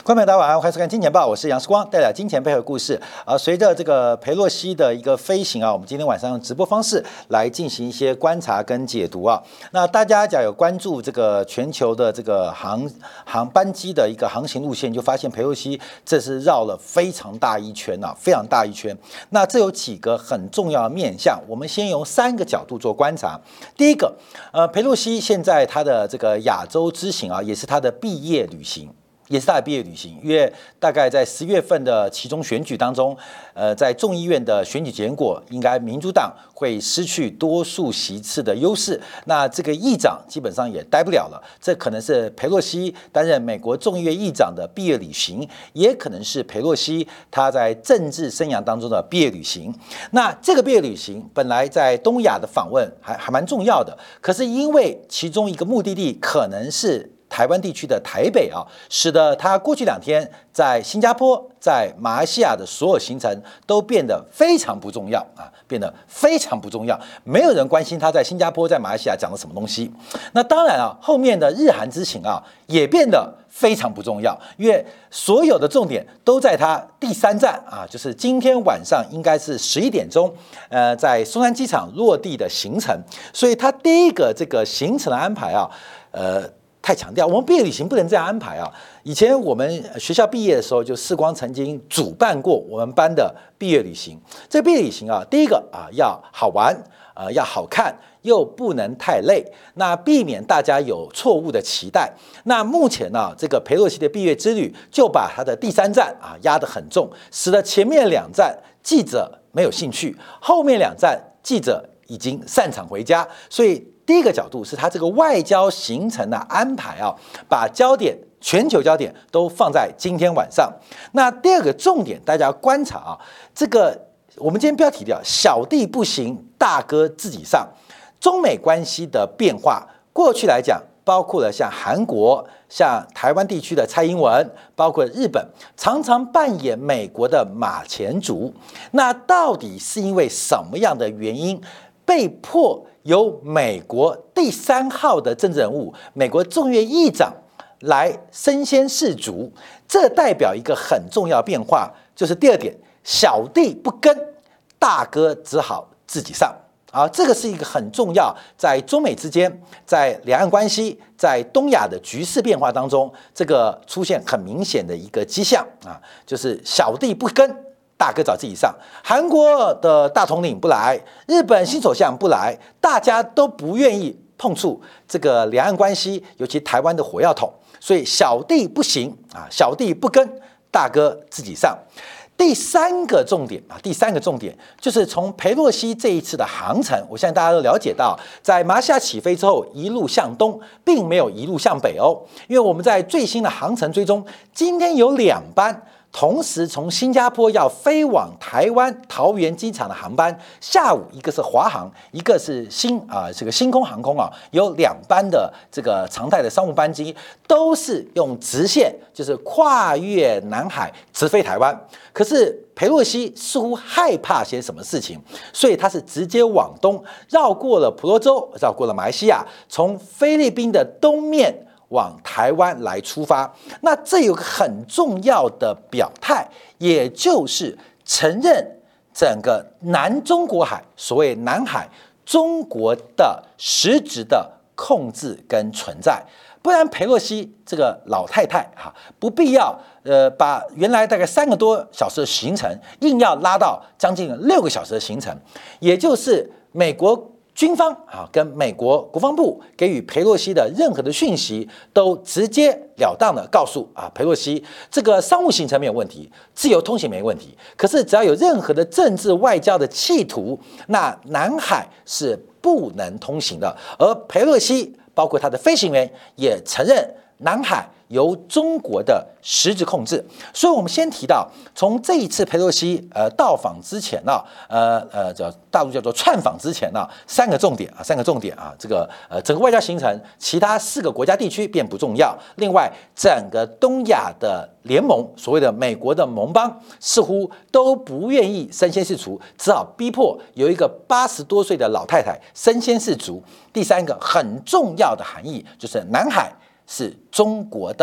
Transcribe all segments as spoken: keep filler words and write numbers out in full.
观众朋友大家晚上好，欢迎收看《金钱报》，我是杨世光，带来金钱背后的故事啊。随着这个裴洛西的一个飞行啊，我们今天晚上用直播方式来进行一些观察跟解读啊。那大家假如有关注这个全球的这个航航班机的一个航行路线，就发现裴洛西这是绕了非常大一圈啊，非常大一圈。那这有几个很重要的面向，我们先用三个角度做观察。第一个，呃，裴洛西现在他的这个亚洲之行啊，也是他的毕业旅行。也是他的毕业旅行，因为大概在十月份的期中选举当中，呃，在众议院的选举结果，应该民主党会失去多数席次的优势，那这个议长基本上也待不了了。这可能是裴洛西担任美国众议院议长的毕业旅行，也可能是裴洛西他在政治生涯当中的毕业旅行。那这个毕业旅行本来在东亚的访问还还蛮重要的，可是因为其中一个目的地可能是台湾地区的台北啊，使得他过去两天在新加坡、在马来西亚的所有行程都变得非常不重要啊，变得非常不重要，没有人关心他在新加坡、在马来西亚讲了什么东西。那当然啊，后面的日韩之行啊，也变得非常不重要，因为所有的重点都在他第三站啊，就是今天晚上应该是十一点钟，呃，在松山机场落地的行程。所以他第一个这个行程的安排啊，呃。太强调，我们毕业旅行不能这样安排啊！以前我们学校毕业的时候，就世光曾经主办过我们班的毕业旅行。这毕业旅行啊，第一个啊要好玩，呃要好看，又不能太累，那避免大家有错误的期待。那目前呢、啊，这个裴洛西的毕业之旅就把他的第三站啊压得很重，使得前面两站记者没有兴趣，后面两站记者已经散场回家，所以。第一个角度是他这个外交行程的安排啊，把焦点全球焦点都放在今天晚上。那第二个重点，大家要观察啊，这个我们今天标题叫"小弟不行，大哥自己上"。中美关系的变化，过去来讲，包括了像韩国、像台湾地区的蔡英文，包括日本，常常扮演美国的马前卒。那到底是因为什么样的原因，被迫由美国第三号的政治人物，美国众议院议长来身先士卒？这代表一个很重要的变化，就是第二点，小弟不跟，大哥只好自己上。啊，这个是一个很重要，在中美之间，在两岸关系，在东亚的局势变化当中，这个出现很明显的一个迹象啊，就是小弟不跟。大哥找自己上，韩国的大统领不来，日本新首相不来，大家都不愿意碰触这个两岸关系，尤其台湾的火药桶，所以小弟不行啊，小弟不跟，大哥自己上。第三个重点啊，第三个重点就是从裴洛西这一次的航程，我相信大家都了解到，在马来西亚起飞之后，一路向东，并没有一路向北哦，因为我们在最新的航程追踪，今天有两班。同时，从新加坡要飞往台湾桃园机场的航班，下午一个是华航，一个是新啊、呃、这个星空航空啊，有两班的这个常态的商务班机，都是用直线，就是跨越南海直飞台湾。可是裴洛西似乎害怕些什么事情，所以他是直接往东，绕过了婆罗洲，绕过了马来西亚，从菲律宾的东面。往台湾来出发，那这有个很重要的表态，也就是承认整个南中国海，所谓南海，中国的实质的控制跟存在。不然裴洛西这个老太太哈，不必要呃把原来大概三个多小时的行程，硬要拉到将近六个小时的行程，也就是美国。军方啊，跟美国国防部给予裴洛西的任何的讯息，都直截了当的告诉啊，裴洛西这个商务行程没有问题，自由通行没问题。可是只要有任何的政治外交的企图，那南海是不能通行的。而裴洛西包括他的飞行员也承认南海由中国的实质控制。所以我们先提到，从这一次裴洛西呃到访之前呢、啊，呃呃叫大陆叫做串访之前呢、啊，三个重点啊，三个重点啊，这个呃整个外交行程，其他四个国家地区便不重要。另外，整个东亚的联盟，所谓的美国的盟邦，似乎都不愿意身先士卒，只好逼迫有一个八十多岁的老太太身先士卒。第三个很重要的含义就是南海是中国的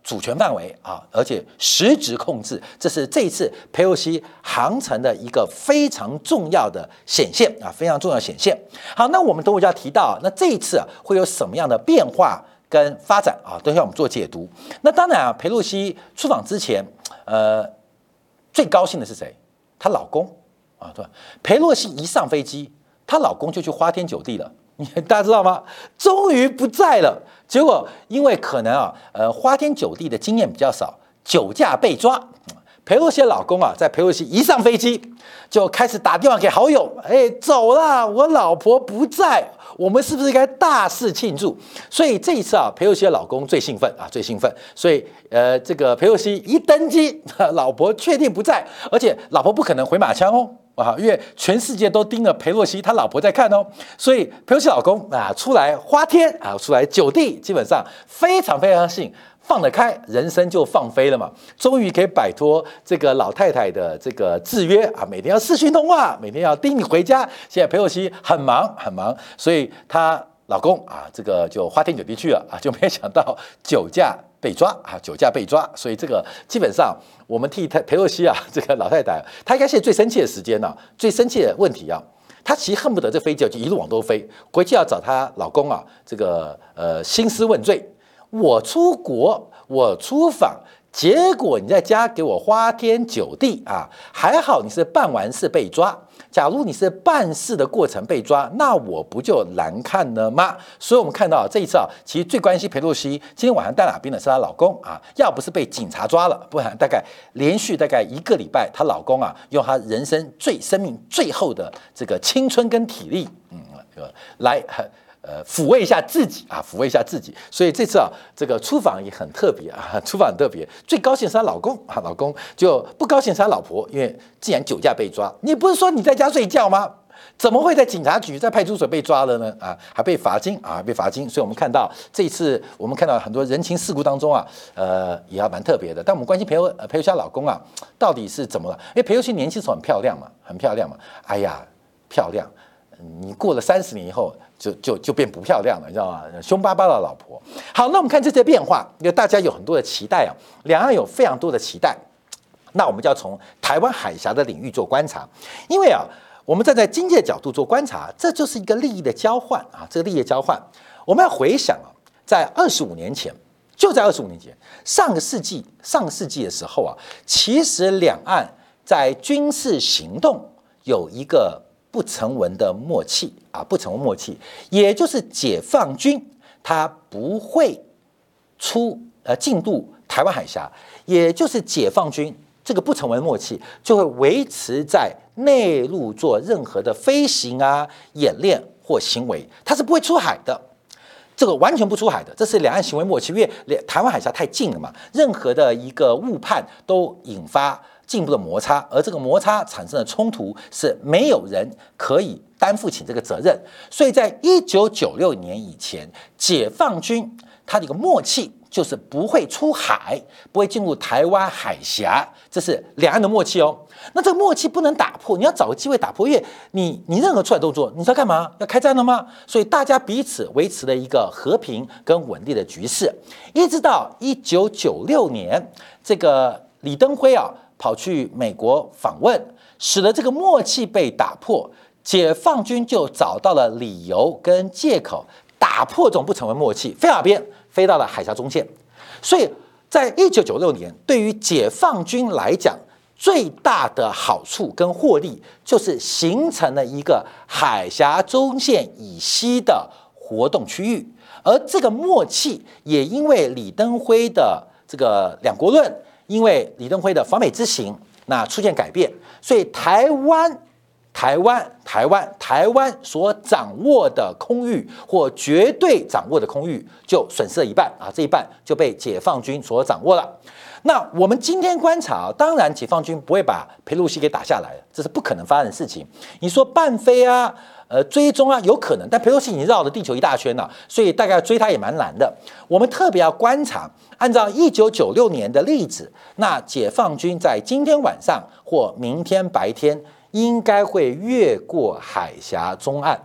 主权范围啊，而且实质控制，这是这一次佩洛西航程的一个非常重要的显现啊，非常重要的显现。好，那我们等会就要提到，那这一次啊会有什么样的变化跟发展啊？等一下我们做解读。那当然啊，佩洛西出访之前，呃，最高兴的是谁？她老公啊，对吧？佩洛西一上飞机，她老公就去花天酒地了。大家知道吗？终于不在了。结果因为可能啊，呃，花天酒地的经验比较少，酒驾被抓。佩洛西的老公啊，在佩洛西一上飞机就开始打电话给好友，哎，走啦，我老婆不在，我们是不是该大肆庆祝？所以这一次啊，佩洛西的老公最兴奋啊，最兴奋。所以呃，这个佩洛西一登机，老婆确定不在，而且老婆不可能回马枪哦。啊，因为全世界都盯着佩洛西，他老婆在看哦，所以佩洛西老公啊出来花天啊，出来酒地，基本上非常非常信，放得开，人生就放飞了嘛，终于可以摆脱这个老太太的这个制约啊，每天要视讯通话，每天要盯你回家。现在佩洛西很忙很忙，所以她老公啊，这个就花天酒地去了啊，就没想到酒驾被抓啊，酒驾被抓，所以这个基本上我们替佩洛西啊，这个老太太，她应该是最生气的时间呢、啊，最生气的问题啊，她其实恨不得这飞机就一路往东飞，回去要找她老公啊，这个呃兴师问罪。我出国，我出访，结果你在家给我花天酒地啊，还好你是办完事被抓。假如你是办事的过程被抓，那我不就难看了吗？所以我们看到这一次啊，其实最关心佩洛西今天晚上带哪边的是她老公啊，要不是被警察抓了，不然大概连续大概一个礼拜，她老公啊用她人生最生命最后的这个青春跟体力，嗯，来呃抚慰一下自己啊，抚慰一下自己。所以这次啊，这个出访也很特别啊，出访很特别。最高兴是她老公啊，老公就不高兴是她老婆，因为既然酒驾被抓，你不是说你在家睡觉吗？怎么会在警察局、在派出所被抓了呢？啊，还被罚金啊，被罚金。所以我们看到这一次，我们看到很多人情世故当中啊，呃，也要蛮特别的。但我们关心佩洛佩洛西老公啊，到底是怎么了？因为佩洛西年轻时候很漂亮嘛，很漂亮嘛。哎呀，漂亮！你过了三十年以后，就就就变不漂亮了，你知道吗？凶巴巴的老婆。好，那我们看这些变化，因为大家有很多的期待啊，两岸有非常多的期待。那我们就要从台湾海峡的领域做观察，因为啊，我们站在经济的角度做观察，这就是一个利益的交换啊，这个利益的交换，我们要回想啊，在二十五年前，就在二十五年前，上个世纪上个世纪的时候啊，其实两岸在军事行动有一个不成文的默契啊，不成文默契，也就是解放军它不会出呃进入台湾海峡，也就是解放军这个不成文默契就会维持在内陆做任何的飞行啊、演练或行为，它是不会出海的。这个完全不出海的，这是两岸行为默契，因为台湾海峡太近了嘛，任何的一个误判都引发进一步的摩擦，而这个摩擦产生的冲突是没有人可以担负起这个责任。所以在一九九六年以前，解放军它的一个默契就是不会出海，不会进入台湾海峡，这是两岸的默契哦。那这个默契不能打破，你要找个机会打破，因为你你任何出来动作，你知道干嘛？要开战了吗？所以大家彼此维持了一个和平跟稳定的局势，一直到一九九六年，这个李登辉啊跑去美国访问，使得这个默契被打破，解放军就找到了理由跟借口，打破这种不成文默契，飞哪边？飞到了海峡中线。所以在一九九六年，对于解放军来讲，最大的好处跟获利就是形成了一个海峡中线以西的活动区域，而这个默契也因为李登辉的这个两国论，因为李登辉的访美之行，那出现改变，所以台湾。台湾、台湾、台湾所掌握的空域或绝对掌握的空域就损失了一半啊，这一半就被解放军所掌握了。那我们今天观察，当然解放军不会把佩洛西给打下来，这是不可能发生的事情。你说半飞啊，呃，追踪啊，有可能，但佩洛西已经绕了地球一大圈了，所以大概追他也蛮难的。我们特别要观察，按照一九九六年的例子，那解放军在今天晚上或明天白天。应该会越过海峡中岸，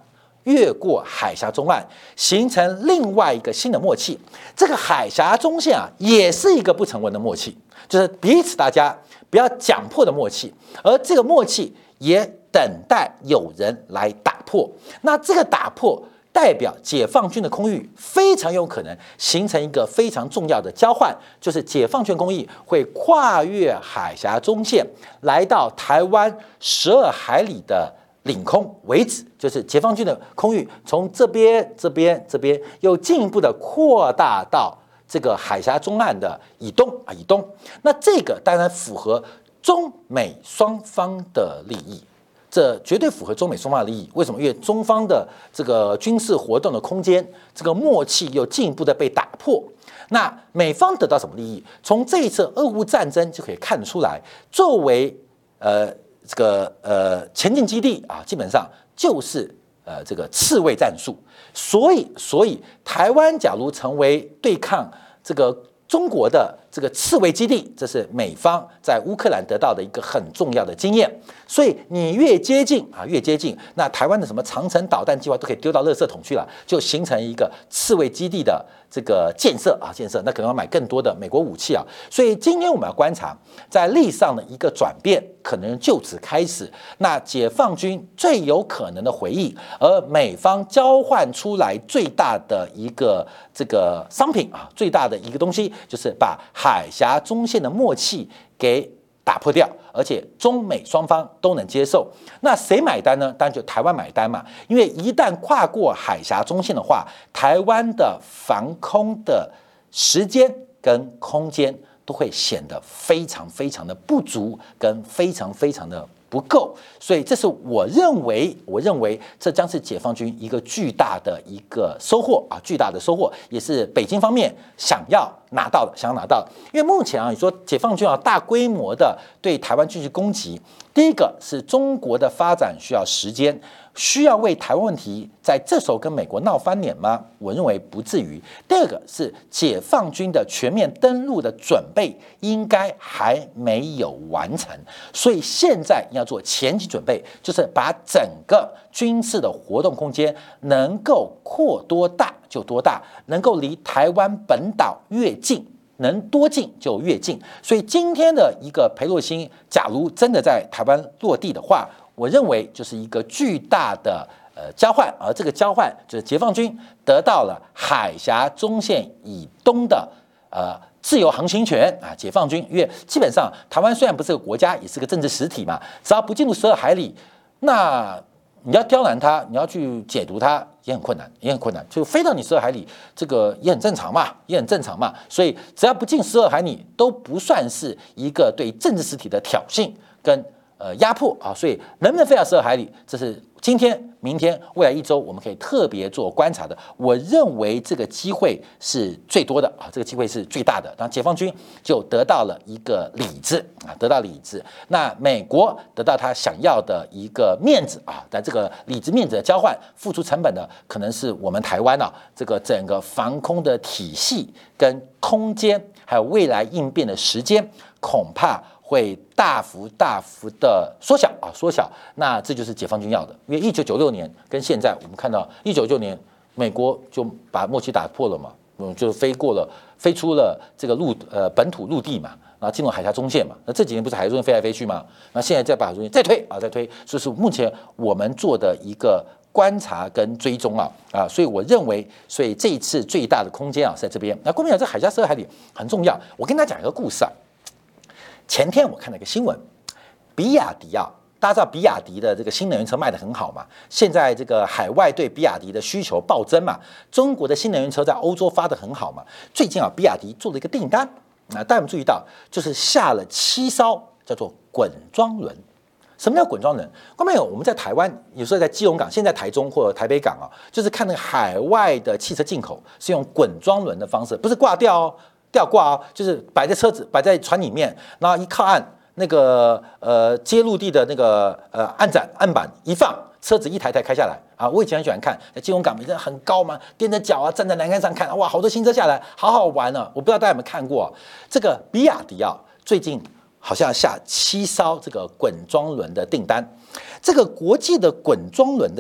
越过海峡中岸，形成另外一个新的默契。这个海峡中线啊，也是一个不成文的默契，就是彼此大家不要讲破的默契，而这个默契也等待有人来打破。那这个打破代表解放军的空域非常有可能形成一个非常重要的交换，就是解放军空域会跨越海峡中线，来到台湾十二海里的领空为止，就是解放军的空域从这边、这边、这边又进一步的扩大到这个海峡中岸的以东啊，以东。那这个当然符合中美双方的利益。这绝对符合中美双方的利益。为什么？因为中方的这个军事活动的空间，这个默契又进一步的被打破。那美方得到什么利益？从这一次俄乌战争就可以看出来，作为呃这个呃前进基地啊，基本上就是呃这个刺猬战术。所以，所以台湾假如成为对抗这个中国的这个刺猬基地，这是美方在乌克兰得到的一个很重要的经验。所以你越接近啊，越接近，那台湾的什么长程导弹计划都可以丢到垃圾桶去了，就形成一个刺猬基地的这个建设啊，建设。那可能要买更多的美国武器啊。所以今天我们要观察，在历上的一个转变，可能就此开始。那解放军最有可能的回应，而美方交换出来最大的一个这个商品啊，最大的一个东西，就是把海峡中线的默契给打破掉，而且中美双方都能接受。那谁买单呢？当然就台湾买单嘛。因为一旦跨过海峡中线的话，台湾的防空的时间跟空间都会显得非常非常的不足，跟非常非常的不够。所以这是我认为，我认为这将是解放军一个巨大的一个收获啊，巨大的收获，也是北京方面想要拿到的，想要拿到的。因为目前啊，你说解放军啊大规模的对台湾进行攻击，第一个是中国的发展需要时间，需要为台湾问题在这时候跟美国闹翻脸吗？我认为不至于。第二个是解放军的全面登陆的准备应该还没有完成，所以现在要做前期准备，就是把整个军事的活动空间能够扩多大就多大，能够离台湾本岛越近，能多近就越近。所以今天的一个裴洛西，假如真的在台湾落地的话，我认为就是一个巨大的呃交换，而这个交换就是解放军得到了海峡中线以东的呃自由航行权啊，解放军，因为基本上台湾虽然不是个国家，也是个政治实体嘛，只要不进入十二海里，那你要刁难它，你要去解读它也很困难，也很困难，就飞到你十二海里，这个也很正常嘛，也很正常嘛。所以只要不进十二海里，都不算是一个对政治实体的挑衅跟呃压迫啊。所以能不能飞到十二海里，这是今天、明天、未来一周我们可以特别做观察的。我认为这个机会是最多的啊，这个机会是最大的。当解放军就得到了一个里子啊，得到里子。那美国得到他想要的一个面子啊，但这个里子面子的交换，付出成本的可能是我们台湾啊，这个整个防空的体系跟空间，还有未来应变的时间，恐怕会大幅大幅的缩小啊，缩小。那这就是解放军要的，因为一九九六年跟现在我们看到，一九九六年美国就把默契打破了嘛，嗯，就飞过了，飞出了这个陆呃本土陆地嘛，然后进入海峡中线嘛。那这几年不是海峡中线飞来飞去吗？那现在再把海峡中线再推啊，再推，这是目前我们做的一个观察跟追踪啊啊，所以我认为，所以这一次最大的空间啊是在这边。那关键这海峡十二海里很重要，我跟大家讲一个故事啊。前天我看了一个新闻，比亚迪啊，大家知道比亚迪的这个新能源车卖得很好嘛，现在这个海外对比亚迪的需求暴增嘛，中国的新能源车在欧洲发得很好嘛。最近啊，比亚迪做了一个订单啊，大家有没有注意到，就是下了七艘叫做滚装轮。什么叫滚装轮？观众朋友，我们在台湾有时候在基隆港，现在台中或者台北港啊，就是看那个海外的汽车进口是用滚装轮的方式，不是挂吊哦。吊挂哦，就是摆在车子摆在船里面，然后一靠岸，那个呃接陆地的那个呃岸展岸板一放，车子一台台开下来啊！我以前很喜欢看，在金融港不是很高嘛，踮着脚啊，站在栏杆上看，哇，好多新车下来，好好玩啊！我不知道大家有没有看过、啊、这个比亚迪啊，最近好像下七艘这个滚装轮的订单，这个国际的滚装轮的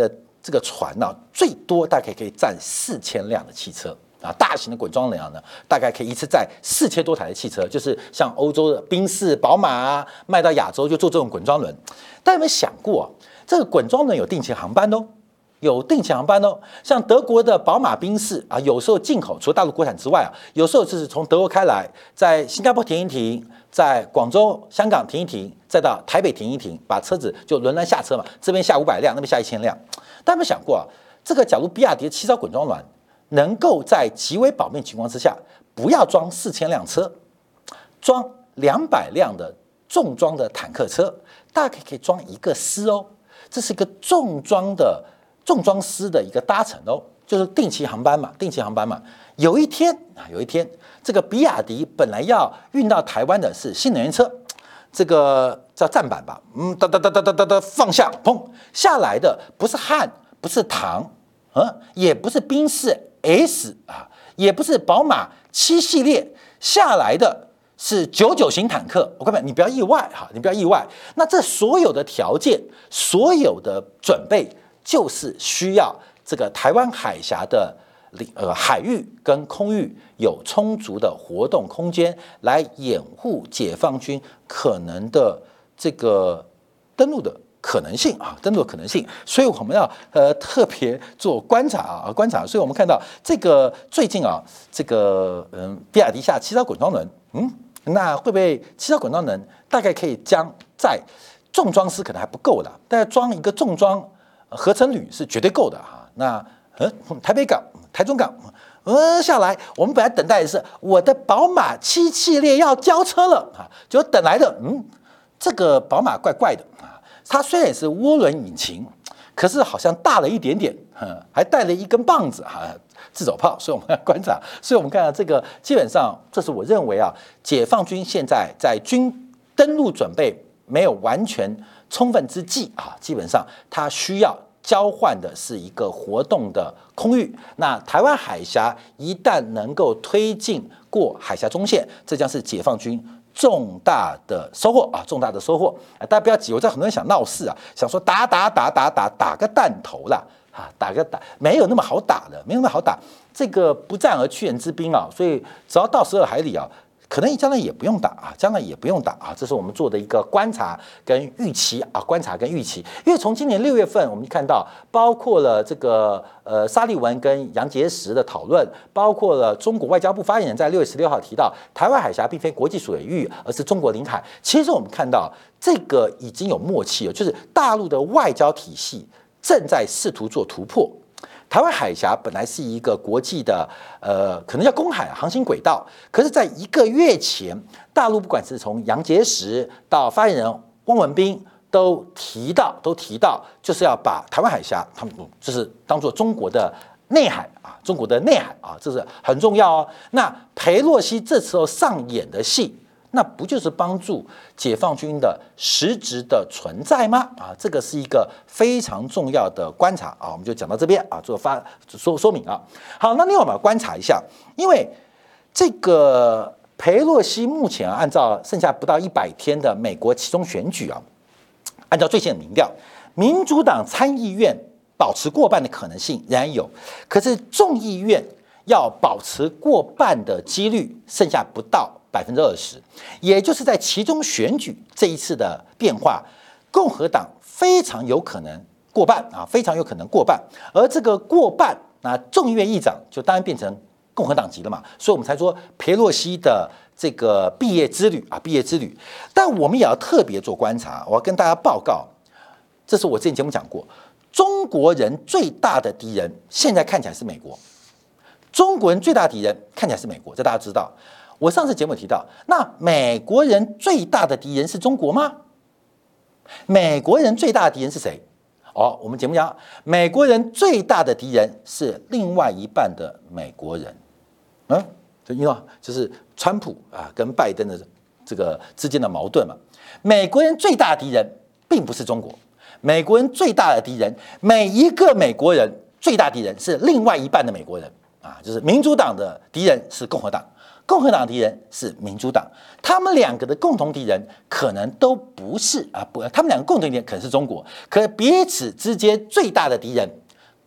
这个船呢、啊，最多大概可以载四千辆的汽车。啊，大型的滚装轮呢，大概可以一次载四千多台的汽车，就是像欧洲的宾士、宝马啊，卖到亚洲就做这种滚装轮。大家有没有想过、啊，这个滚装轮有定期航班哦，有定期航班哦。像德国的宝马、宾士啊，有时候进口，除了大陆国产之外啊，有时候就是从德国开来，在新加坡停一停，在广州、香港停一停，再到台北停一停，把车子就轮轮下车嘛，这边下五百辆，那边下一千辆。大家有没有想过啊，这个假如比亚迪七艘滚装轮能够在极为保密情况之下，不要装四千辆车，装两百辆的重装的坦克车，大概可以装一个师哦。这是一个重装的重装师的一个搭乘哦，就是定期航班嘛，定期航班嘛。有一天啊，有一天，这个比亚迪本来要运到台湾的是新能源车，这个叫站板吧，嗯，哒哒哒哒哒哒哒放下，砰，下来的不是汉，不是唐，嗯，也不是宾士 S 啊，也不是宝马七系列，下来的是九九型坦克。我告诉你，你不要意外哈，你不要意外。那这所有的条件，所有的准备，就是需要这个台湾海峡的呃海域跟空域有充足的活动空间，来掩护解放军可能的这个登陆的可能性啊，登陆的可能性，所以我们要呃特别做观察啊，观察。所以我们看到这个最近啊，这个嗯，比亚迪下七艘滚装轮，嗯，那会不会七艘滚装轮大概可以将在重装师可能还不够的，但是装一个重装合成旅是绝对够的哈。那呃，台北港、台中港，呃下来，我们本来等待的是我的宝马七系列要交车了啊，结果等来的嗯，这个宝马怪怪的啊。它虽然也是涡轮引擎，可是好像大了一点点，还带了一根棒子哈，自走炮。所以我们要观察，所以我们看到这个，基本上这是我认为啊，解放军现在在军登陆准备没有完全充分之际啊，基本上它需要交换的是一个活动的空域。那台湾海峡一旦能够推进过海峡中线，这将是解放军重大的收获啊，重大的收获啊！大家不要急，我知道很多人想闹事啊，想说打打打打打打个弹头啦啊，打个打没有那么好打的，没有那么好打。这个不战而屈人之兵啊，所以只要到十二海里啊，可能将来也不用打啊，将来也不用打啊，这是我们做的一个观察跟预期啊，观察跟预期。因为从今年六月份，我们看到包括了这个呃沙利文跟杨洁篪的讨论，包括了中国外交部发言人在六月十六号提到，台湾海峡并非国际水域，而是中国领海。其实我们看到这个已经有默契了，就是大陆的外交体系正在试图做突破。台湾海峡本来是一个国际的，呃，可能叫公海航行轨道，可是，在一个月前，大陆不管是从杨洁篪到发言人汪文斌，都提到，都提到，就是要把台湾海峡，他们就是当做中国的内海啊，中国的内海啊，这是很重要哦。那裴洛西这时候上演的戏，那不就是帮助解放军的实质的存在吗？啊，这个是一个非常重要的观察啊，我们就讲到这边啊，做发说说明啊。好，那另外我们要观察一下，因为这个裴洛西目前啊，按照剩下不到一百天的美国期中选举啊，按照最新的民调，民主党参议院保持过半的可能性仍然有，可是众议院要保持过半的几率剩下不到百分之二十，也就是在其中选举这一次的变化，共和党非常有可能过半啊，非常有可能过半，而这个过半，那众议院议长就当然变成共和党籍了嘛，所以我们才说裴洛西的这个毕业之旅啊，毕业之旅。但我们也要特别做观察，我要跟大家报告，这是我之前节目讲过，中国人最大的敌人现在看起来是美国，中国人最大的敌人看起来是美国，这大家知道。我上次节目提到，那美国人最大的敌人是中国吗？美国人最大的敌人是谁？哦，我们节目讲，美国人最大的敌人是另外一半的美国人。嗯，就因为就是川普啊跟拜登的这个之间的矛盾嘛。美国人最大的敌人并不是中国，美国人最大的敌人，每一个美国人最大敌人是另外一半的美国人啊，就是民主党的敌人是共和党。共和党的敌人是民主党，他们两个的共同敌人可能都不是啊，不，他们两个共同敌人可能是中国，可彼此之间最大的敌人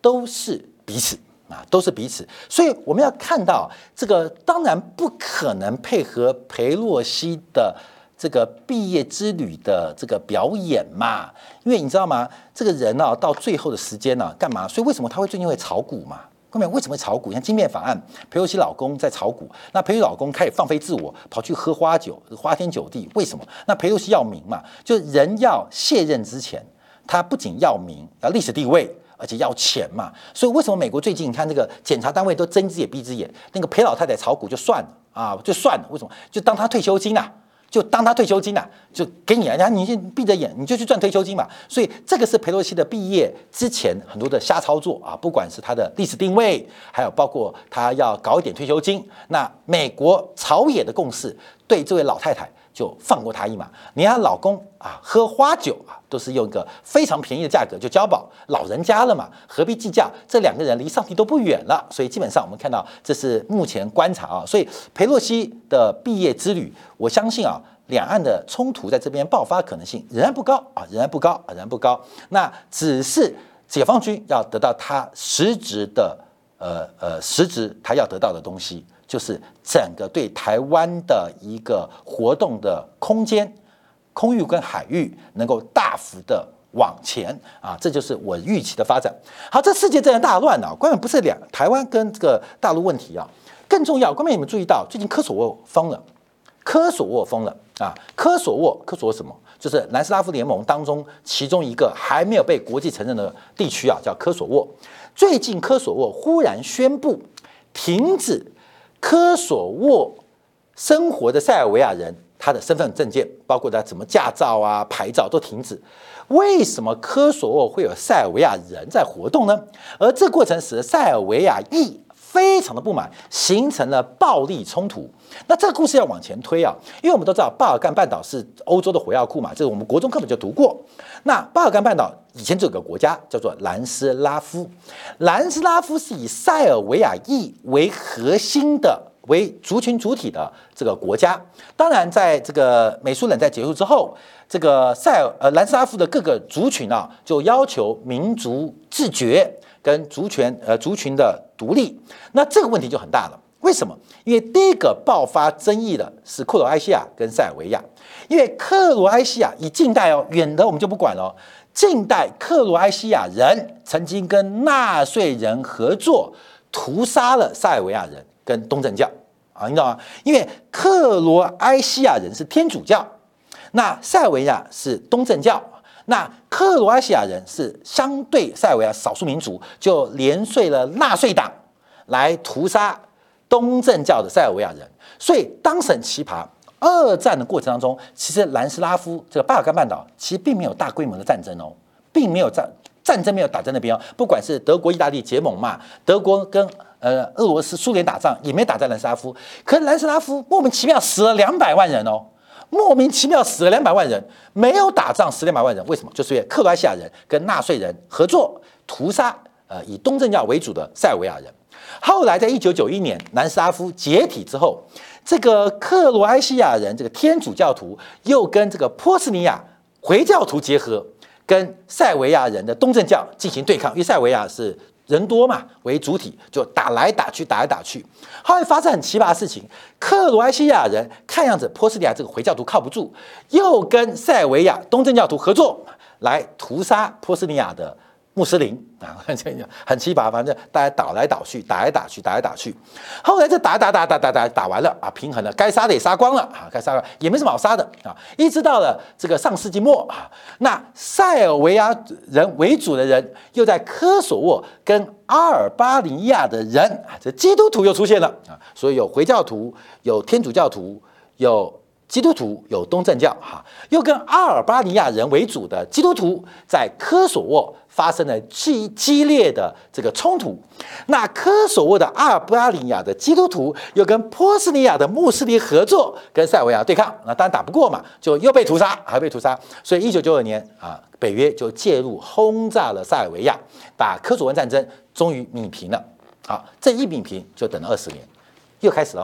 都是彼此啊，都是彼此。所以我们要看到这个，当然不可能配合裴洛西的这个毕业之旅的这个表演嘛，因为你知道吗？这个人啊，到最后的时间呢、啊，干嘛？所以为什么他会最近会炒股嘛？后面为什么会炒股？像晶片法案，裴洛西老公在炒股，那裴洛西老公开始放飞自我，跑去喝花酒，花天酒地。为什么？那裴洛西要名嘛，就人要卸任之前，他不仅要名，要历史地位，而且要钱嘛。所以为什么美国最近你看这个检察单位都睁一只眼闭一只眼？那个裴老太太炒股就算了啊，就算了。为什么？就当他退休金啊。就当他退休金啊，就给你，然后你就闭着眼，你就去赚退休金嘛。所以这个是裴洛西的毕业之前很多的瞎操作啊，不管是他的历史定位，还有包括他要搞一点退休金。那美国朝野的共识对这位老太太就放过她一马。你看老公啊，喝花酒啊，都是用一个非常便宜的价格就交保，老人家了嘛，何必计较？这两个人离上帝都不远了，所以基本上我们看到这是目前观察啊。所以裴洛西的毕业之旅，我相信啊，两岸的冲突在这边爆发可能性仍然不高啊，仍然不高，仍然不高。那只是解放军要得到他实质的呃呃实质他要得到的东西。就是整个对台湾的一个活动的空间、空域跟海域能够大幅的往前啊，这就是我预期的发展。好，这世界真的大乱了、啊，根本不是两台湾跟这个大陆问题啊，更重要。各位有没有注意到，最近科索沃疯了？科索沃疯了啊！科索沃，科索沃什么？就是南斯拉夫联盟当中其中一个还没有被国际承认的地区啊，叫科索沃。最近科索沃忽然宣布停止科索沃生活的塞尔维亚人他的身份证件，包括他什么驾照啊、牌照都停止。为什么科索沃会有塞尔维亚人在活动呢？而这过程使得塞尔维亚裔非常的不满，形成了暴力冲突。那这个故事要往前推啊，因为我们都知道巴尔干半岛是欧洲的火药库嘛，这个我们国中课本就读过。那巴尔干半岛以前就有个国家叫做南斯拉夫，南斯拉夫是以塞尔维亚裔为核心的、为族群主体的这个国家。当然，在这个美苏冷战结束之后，这个塞尔呃南斯拉夫的各个族群啊，就要求民族自决跟族权呃族群的独立。那这个问题就很大了。为什么？因为第一个爆发争议的是克罗埃西亚跟塞尔维亚，因为克罗埃西亚以近代哦，远的我们就不管了。近代克罗埃西亚人曾经跟纳粹人合作，屠杀了塞尔维亚人跟东正教啊，你知道吗？因为克罗埃西亚人是天主教，那塞尔维亚是东正教。那克罗埃西亚人是相对塞尔维亚少数民族，就连遂了纳粹党来屠杀东正教的塞尔维亚人，所以当时很奇葩。二战的过程当中，其实南斯拉夫这个巴尔干半岛其实并没有大规模的战争哦，并没有战战争没有打在那边哦。不管是德国、意大利结盟嘛，德国跟呃俄罗斯、苏联打仗也没打在南斯拉夫，可是南斯拉夫莫名其妙死了两百万人哦，莫名其妙死了两百万人，没有打仗死两百万人，为什么？就是因为克罗埃西亚人跟纳粹人合作屠杀呃以东正教为主的塞尔维亚人。后来在一九九一年南斯拉夫解体之后，这个克罗埃西亚人这个天主教徒又跟这个波斯尼亚回教徒结合，跟塞尔维亚人的东正教进行对抗，因为塞尔维亚是人多嘛为主体，就打来打去，打来打去。后来发生很奇葩的事情，克罗埃西亚人看样子波斯尼亚这个回教徒靠不住，又跟塞尔维亚东正教徒合作来屠杀波斯尼亚的穆斯林啊，很奇葩，反正大家倒来倒去，打来打去，打来打去。后来这打打打打打打打完了啊，平衡了，该杀的也杀光了啊，该杀了也没什么好杀的啊。一直到了这个上世纪末啊，那塞尔维亚人为主的人又在科索沃跟阿尔巴尼亚的人啊，这基督徒又出现了啊，所以有回教徒，有天主教徒，有基督徒，有东正教哈，又跟阿尔巴尼亚人为主的基督徒在科索沃发生了激激烈的这个冲突。那科索沃的阿尔巴尼亚的基督徒又跟波斯尼亚的穆斯林合作，跟塞尔维亚对抗，那当然打不过嘛，就又被屠杀，还被屠杀。所以一九九二年啊，北约就介入轰炸了塞尔维亚，把科索沃战争终于弭平了。好，这一弭平就等了二十年，又开始了。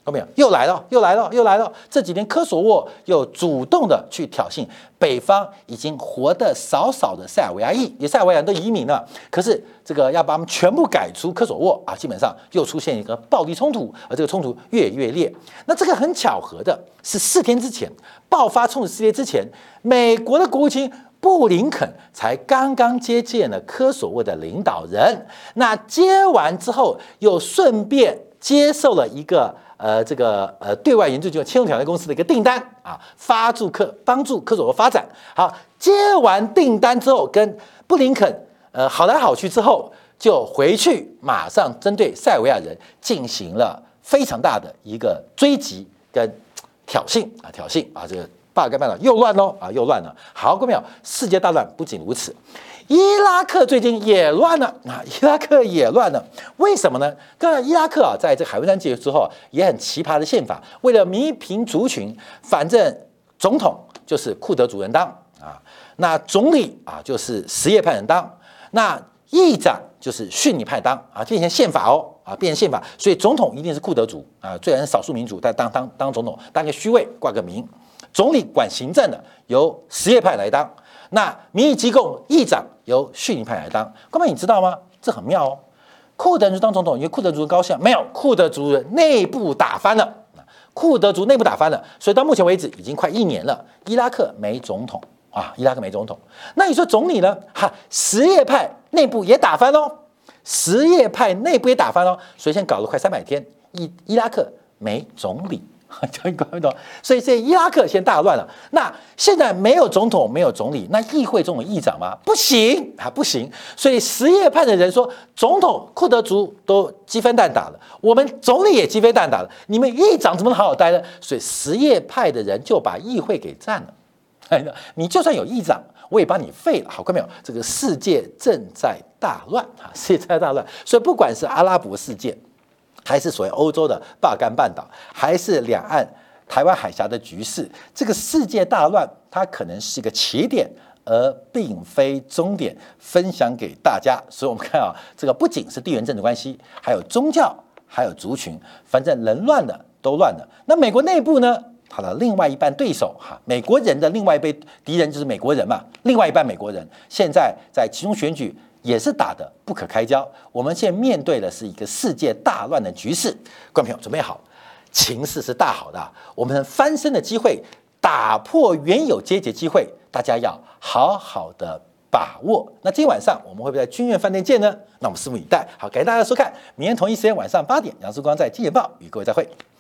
看到没有？又来了，又来了，又来了！这几天科索沃又主动的去挑衅北方已经活得少少的塞尔维亚裔，也塞尔维亚人都移民了，可是这个要把他们全部赶出科索沃啊，基本上又出现一个暴力冲突，而这个冲突越演越烈。那这个很巧合的是，四天之前爆发冲突事件之前，美国的国务卿布林肯才刚刚接见了科索沃的领导人，那接完之后又顺便接受了一个。呃，这个呃，对外援助机构千户挑战公司的一个订单啊，发助科帮助科索沃发展。好，接完订单之后，跟布林肯呃好来好去之后，就回去马上针对塞尔维亚人进行了非常大的一个追击跟挑衅啊，挑衅啊，这个巴尔干半岛又乱喽啊，又乱了。好，各位朋友，世界大乱不仅如此。伊拉克最近也乱了啊！伊拉克也乱了，为什么呢？刚才伊拉克啊，在这个海湾战结束之后，也很奇葩的宪法，为了弥平族群，反正总统就是库德族人当啊，那总理啊就是什叶派人当，那议长就是逊尼派当啊，变成宪法哦啊，变成宪法，所以总统一定是库德族啊，虽然是少数民族，但当当当总统当个虚位，挂个名。总理管行政的由什叶派来当。那民意机构议长由逊尼派来当，各位你知道吗？这很妙哦。库德族当总统，因为库德族人高兴，没有库德族人内部打翻了，库德族内部打翻了，所以到目前为止已经快一年了，伊拉克没总统啊，伊拉克没总统。那你说总理呢？哈，什叶派内部也打翻喽，什叶派内部也打翻喽，所以现在搞了快三百天，伊伊拉克没总理。所以这伊拉克现在大乱了。那现在没有总统，没有总理，那议会中有议长吗？不行啊，不行。所以什叶派的人说，总统库德族都鸡飞蛋打了，我们总理也鸡飞蛋打了，你们议长怎么能好好待呢？所以什叶派的人就把议会给占了。你就算有议长，我也把你废了。好，看没有？这个世界正在大乱啊，世界正在大乱。所以不管是阿拉伯世界，还是所谓欧洲的巴尔干半岛，还是两岸台湾海峡的局势，这个世界大乱，它可能是一个起点，而并非终点。分享给大家，所以我们看啊，这个不仅是地缘政治关系，还有宗教，还有族群，反正人乱了都乱了。那美国内部呢？好了，另外一半对手哈，美国人的另外一辈敌人就是美国人嘛，另外一半美国人现在在其中选举。也是打得不可开交，我们现在面对的是一个世界大乱的局势。观众朋友准备好，情势是大好的，我们翻身的机会，打破原有阶级机会，大家要好好的把握。那今天晚上我们会不会在君悦饭店见呢？那我们拭目以待。好，感谢大家的收看，明天同一时间晚上八点，杨世光在《金钱报》与各位再会。